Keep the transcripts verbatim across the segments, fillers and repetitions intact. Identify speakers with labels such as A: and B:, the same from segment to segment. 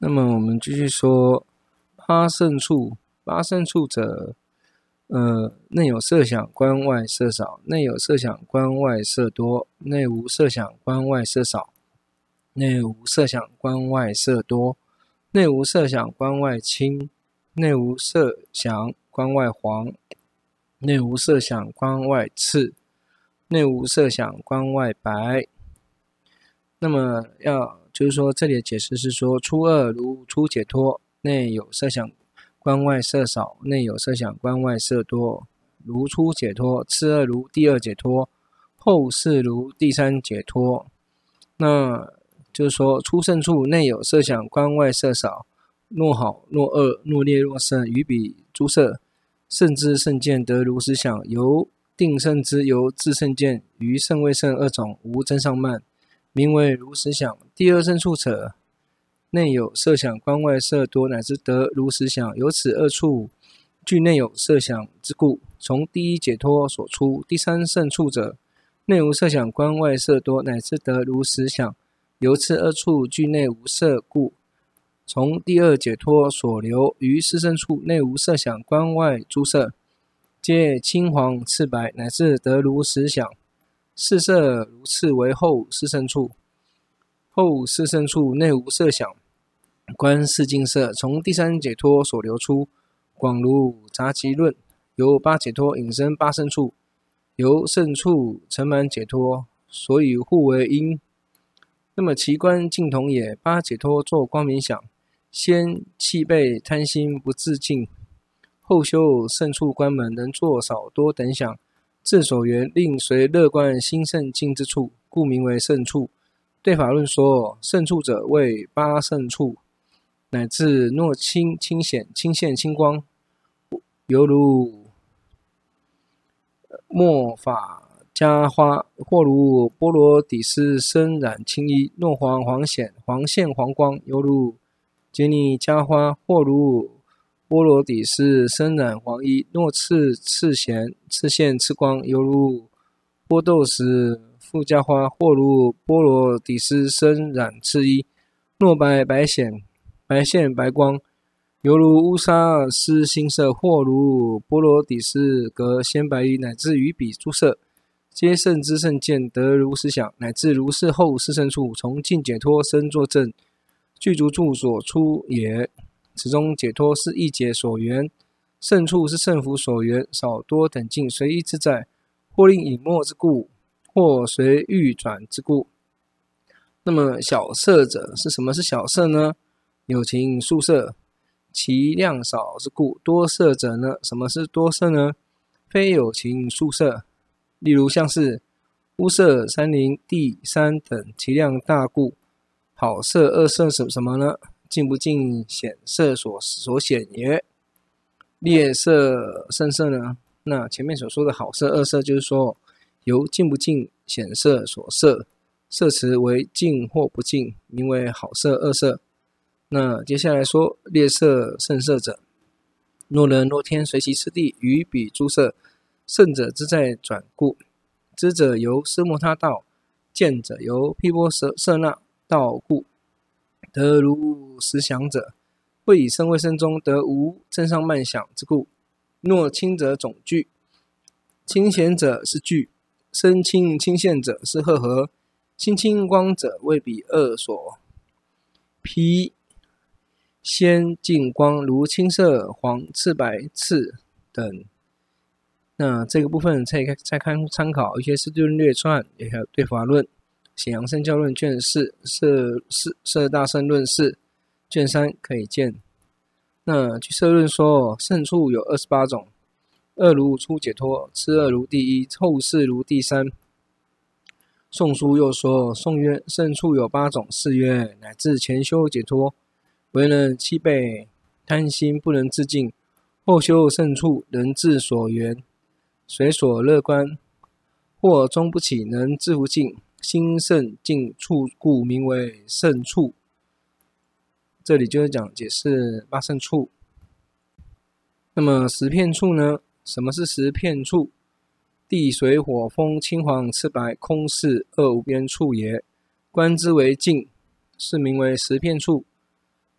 A: 那么我们继续说八胜处，八胜处者，呃，内有色想，观外色少；内有色想，观外色多；内无色想，观外色少；内无色想，观外色多；内无色想，观外清；内无色想，观外黄；内无色想，观外赤；内无色想，观外白。那么要就是说，这里的解释是说，初二如初解脱，内有色想，观外色少；内有色想，观外色多，如初解脱；次二如第二解脱，后四如第三解脱。那就是说，初胜处内有色想，观外色少。若好若恶，若劣若胜，于彼诸色，胜之胜见得如实想，由定胜之，由自胜见，于胜未胜二种无增上慢，名为如实想。第二胜处者，内有色想，观外色多，乃至得如实想。由此二处具内有色想之故，从第一解脱所出。第三胜处者，内无色想，观外色多，乃至得如实想。由此二处具内无色故，从第二解脱所留。于四胜处，内无色想，观外诸色，皆青黄赤白，乃至得如实想。四色如次为后四胜处。后四胜处内无色想，观四境色，从第三解脱所流出，广如杂集论。由八解脱引申八胜处，由胜处成满解脱，所以互为因。那么其观尽同也。八解脱作光明想，先气背贪心不自净，后修胜处观门，能作少多等想，自所缘令随乐观心胜净之处，故名为胜处。对法论说，胜处者为八胜处，乃至若清清显清现清光，犹如末法迦花，或如波罗底斯深染青衣；若黄黄显黄现黄光，犹如杰尼迦花，或如波罗底斯深染黄衣；若赤赤显赤现赤光，犹如波豆时富迦花，或如波罗底斯深染赤衣；若白白显白现白光，犹如乌沙斯新色，或如波罗底斯隔鲜白衣，乃至于彼诸色，皆胜之胜见得如实想，乃至如是后四胜处，从尽解脱生作证，具足处所出也。此中解脱是一解所缘，胜处是胜福所缘，少多等境随意自在，或令隐没之故，或随欲转之故。那么小色者是什么是小色呢？有情数色，其量少之故。多色者呢？什么是多色呢？非有情数色，例如像是屋色、山林、地、山等，其量大故。好色、恶色是什么呢？尽不尽显色所所显也。劣色、胜色呢？那前面所说的好色、恶色，就是说由尽不尽显色所摄，摄持为尽或不尽，名为好色、恶色。那接下来说劣色、胜色者，若人若天随其次第，于彼诸色，胜者之在转故。知者由斯摩他道，见者由毗波舍那道故。得如实想者，会以生未生中得无正上慢想之故。若轻者总具，清显者是具，身轻清现者是赫合，心清光者为彼二所披。先净光如青色、黄、赤白、赤等。那这个部分可以再看参考一些释顿略传，也还有对法论。显扬圣教论卷四、摄摄大圣论四卷三可以见。那据摄论说，胜处有二十八种，二如初解脱，次二如第一，后四如第三。宋书又说，颂曰：胜处有八种，是曰乃至前修解脱，为人气背贪心不能自净，后修胜处能自所缘，随所乐观，或终不起能自不净。心胜净处故名为胜处。这里就是讲解释八胜处。那么十片处呢？什么是十片处？地水火风青黄赤白空是二无边处也，观之为净，是名为十片处。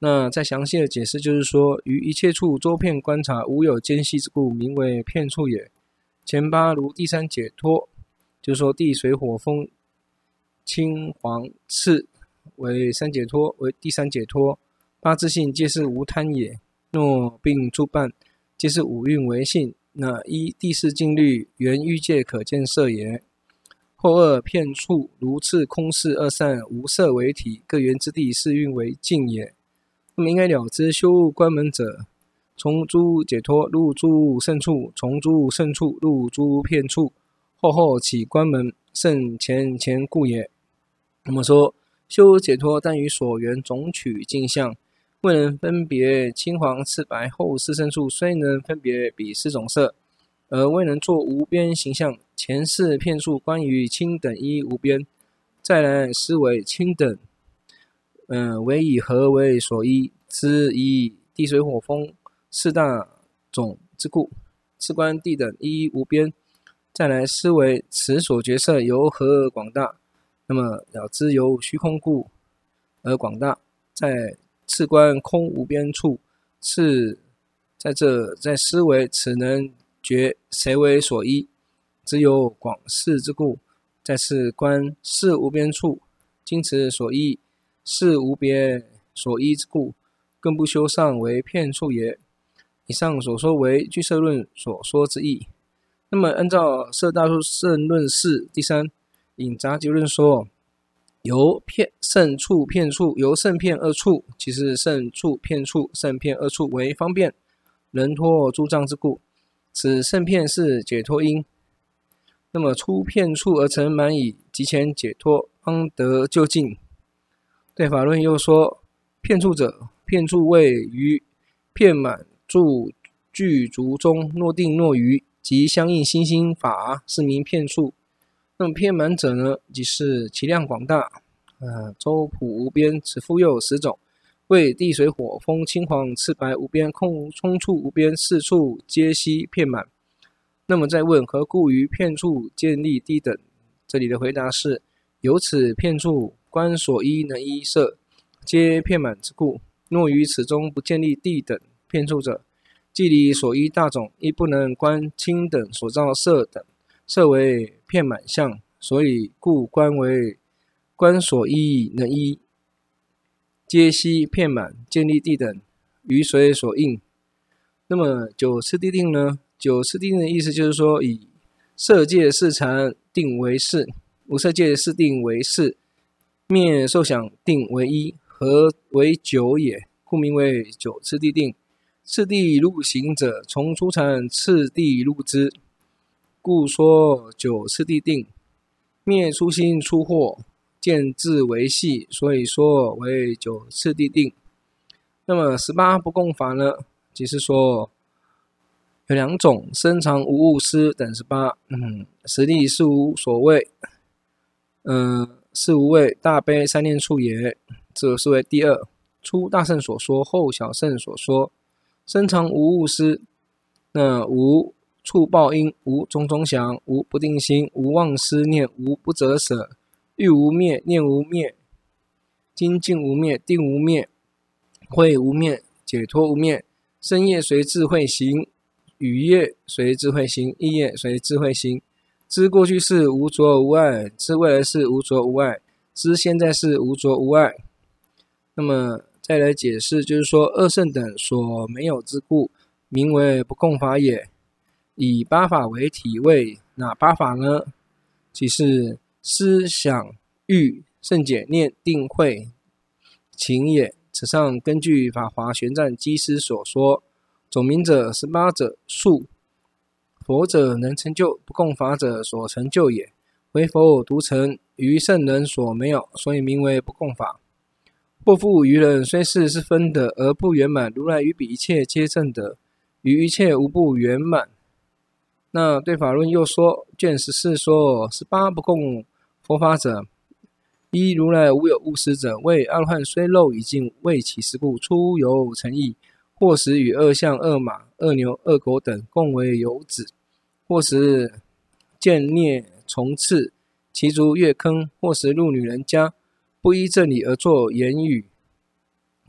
A: 那再详细的解释就是说，于一切处周遍观察，无有间隙之故，名为遍处也。前八如第三解脱，就是说地水火风青黄赤为三解脱，为第三解脱。八自性皆是无贪也。若并诸半，皆是五蕴为性。那一第四静虑，原欲界可见色也。后二遍处如次空视二散，无色为体，各缘之地四蕴为境也。那么应该了知，修入关门者，从诸解脱入诸胜处，从诸胜处入诸遍处，后后起关门，胜前前故也。那么说，修解脱但于所缘总取镜相，未能分别青黄赤白后四胜处，虽能分别彼四种色，而未能作无边形象。前四遍处关于清等一无边，再来思为清等，嗯、呃，为以何为所依？之以地水火风四大种之故。次观地等一无边，再来思为此所觉色由何而广大？那么了知由虚空故而广大。在次观空无边处，次在这在思为此能觉谁为所依？只有广视之故。再次观事无边处，今此所依，事无别所依之故，更不修上为遍处也。以上所说为俱舍论所说之意。那么按照摄大数胜论释第三引杂集论说，由片胜处片处，由胜片二处，其实胜处片处胜片二处为方便能脱诸障之故，此胜片是解脱因。那么出片处而成满矣，即前解脱方得究竟。对法论又说，片处者，片处位于片满住具足中，若定若余，即相应心心法，是名片处。那么片满者呢，即是其量广大，呃，周普无边，此复又有十种，为地水火风青黄赤白无边，空冲处无边，四处皆悉片满。那么再问，何故于片处建立地等？这里的回答是，由此片处观所依能依色，皆片满之故。若于此中不建立地等片处者，即离所依大种，亦不能观清等所造色等，色为片满相，所以故观为观所依能依，皆悉片满，建立地等，于随所应。那么九次地定呢？九次地定的意思就是说，以色界四禅定为事，无色界四定为事，灭受想定为一，合为九也，故名为九次地定。次第入行者，从初禅次第入之，故说九次地定。灭初心出惑，见智为系，所以说为九次地定。那么十八不共法呢，即是说有两种，深藏无物思等十八，嗯，实力是无所谓，嗯、呃，是无畏大悲三念处也，这是为第二。初大圣所说，后小圣所说。深藏无物思，那无触报因，无种种想，无不定心，无妄思念，无不择舍，欲无灭，念无灭，精进无灭，定无灭，慧无灭，解脱无灭。深夜随智慧行，雨夜随智慧行，一夜随智慧行。知过去世无着无碍，知未来世无着无碍，知现在世无着无碍。那么再来解释，就是说二圣等所没有之故，名为不共法也。以八法为体位，哪八法呢？即是思想、欲、圣解、念、定、慧、情也。此上根据法华玄奘基师所说，总名者十八者数，佛者能成就，不共法者所成就也。唯佛独成，于圣人所没有，所以名为不共法。或复于人虽是是分的而不圆满，如来于彼一切皆正得，于一切无不圆满。那对法论又说，卷十四说十八不共佛法者，一如来无有物思者，为阿罗汉虽肉已尽，为其实故出有成意，或时与二象、二马、二牛、二狗等共为有子，或时见孽从次，其足越坑，或时入女人家，不依正理而作言语，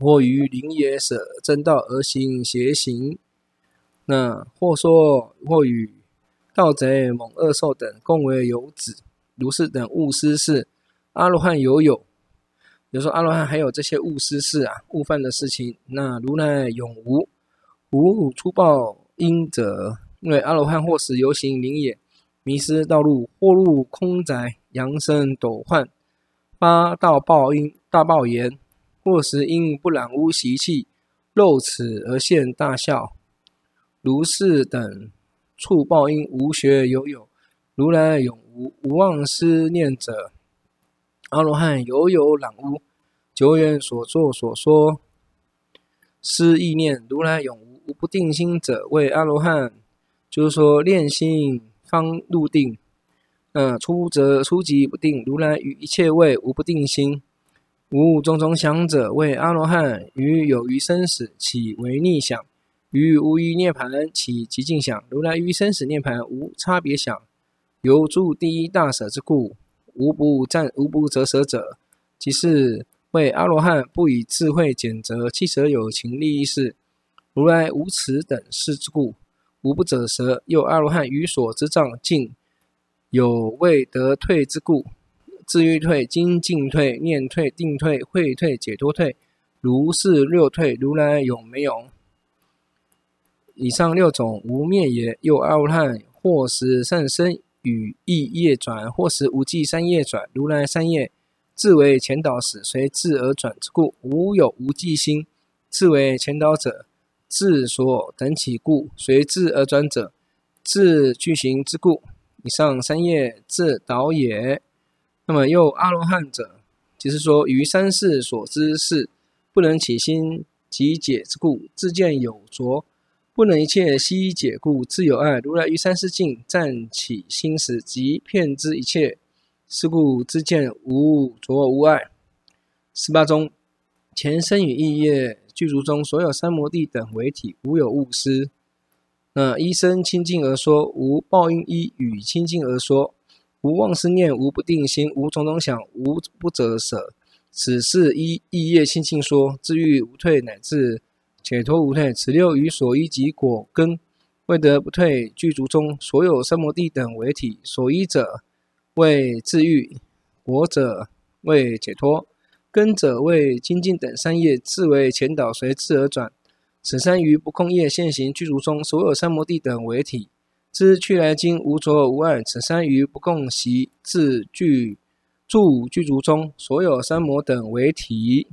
A: 或于灵野舍正道而行邪行。那或说或与盗贼、猛恶兽等共为有子，如是等误失事，阿罗汉犹有。比如说阿罗汉还有这些误失事啊，误犯的事情，那如来永无。无初报因者，因为阿罗汉或时游行灵野，迷失道路，或入空宅，扬声斗幻，发大报因大报言，或时因不染污习气，露齿而现大笑。如是等处报因无学犹有，如来永无。无忘思念者，阿罗汉犹有染污，久远所作所说思意念，如来永无。无不定心者，为阿罗汉，就是说练心方入定。呃，初则初级不定，如来于一切位无不定心。无种种想者，为阿罗汉，于有余生死起为逆想，于无余涅盘起极静想。如来于生死涅盘无差别想，由诸第一大舍之故，无不暂无不择舍者，即是为阿罗汉不以智慧简择七舍有情利益事。如来无此等事之故，无不者舌。又阿罗汉于所之障尽，有未得退之故，自欲退、精进退、念退、定退、慧退、解脱退，如是六退，如来永没有。以上六种无灭也。又阿罗汉或时善生与意业转，或时无记三业转，如来三业自为前导使，随自而转之故，无有无记心，自为前导者。自所等起故，随自而转者，自具行之故。以上三业自导也。那么又阿罗汉者，即是说于三世所知事，不能起心即解之故，自见有着；不能一切悉解故，自有爱。如来于三世境暂起心时，即遍知一切，是故自见无着无爱。十八中，前生与意业具足中所有三摩地等为体，无有误失。那依生清净而说，无报应依与清净而说，无妄思念，无不定心，无种种想，无不择舍。此是依意业清净说，自欲无退，乃至解脱无退。此六于所依及果根，未得不退，具足中所有三摩地等为体。所依者为自欲，果者为解脱，根者为精进等三业，自为前导，随自而转。此三于不空业现行具足中所有三摩地等为体。知去来经无着无碍，此三于不共习自具住具足中所有三摩等为体。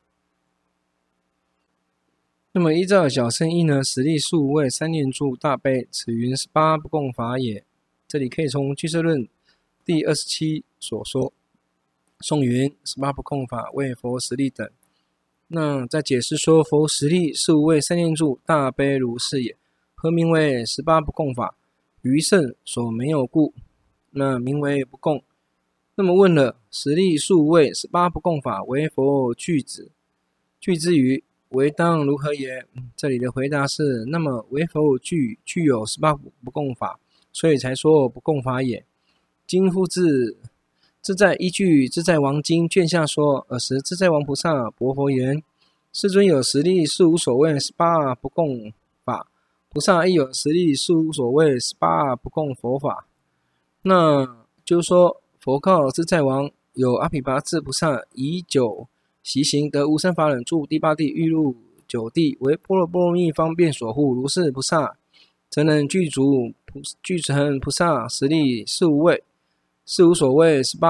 A: 那么依照小乘义呢，实力数位三念住大悲，此云十八不共法也。这里可以从俱舍论第二十七所说，颂云十八不共法为佛实力等。那在解释说，佛实力是无畏三念住大悲如是也。何名为十八不共法？余圣所没有故，那名为不共。那么问了，实力数位十八不共法为佛具之，具之于为当如何也？这里的回答是：那么为佛具具有十八不共法，所以才说不共法也。经复自自在依据自在王经卷下说，尔时自在王菩萨薄佛言：世尊有实力是无所谓十八不共法，菩萨亦有实力是无所谓十八不共佛法。那就是说，佛告自在王，有阿毗跋致菩萨以九习行得无生法忍住第八地，欲入九地，为般若波罗蜜方便所护。如是菩萨，则能具足具成菩萨实力是无畏，是无所谓十八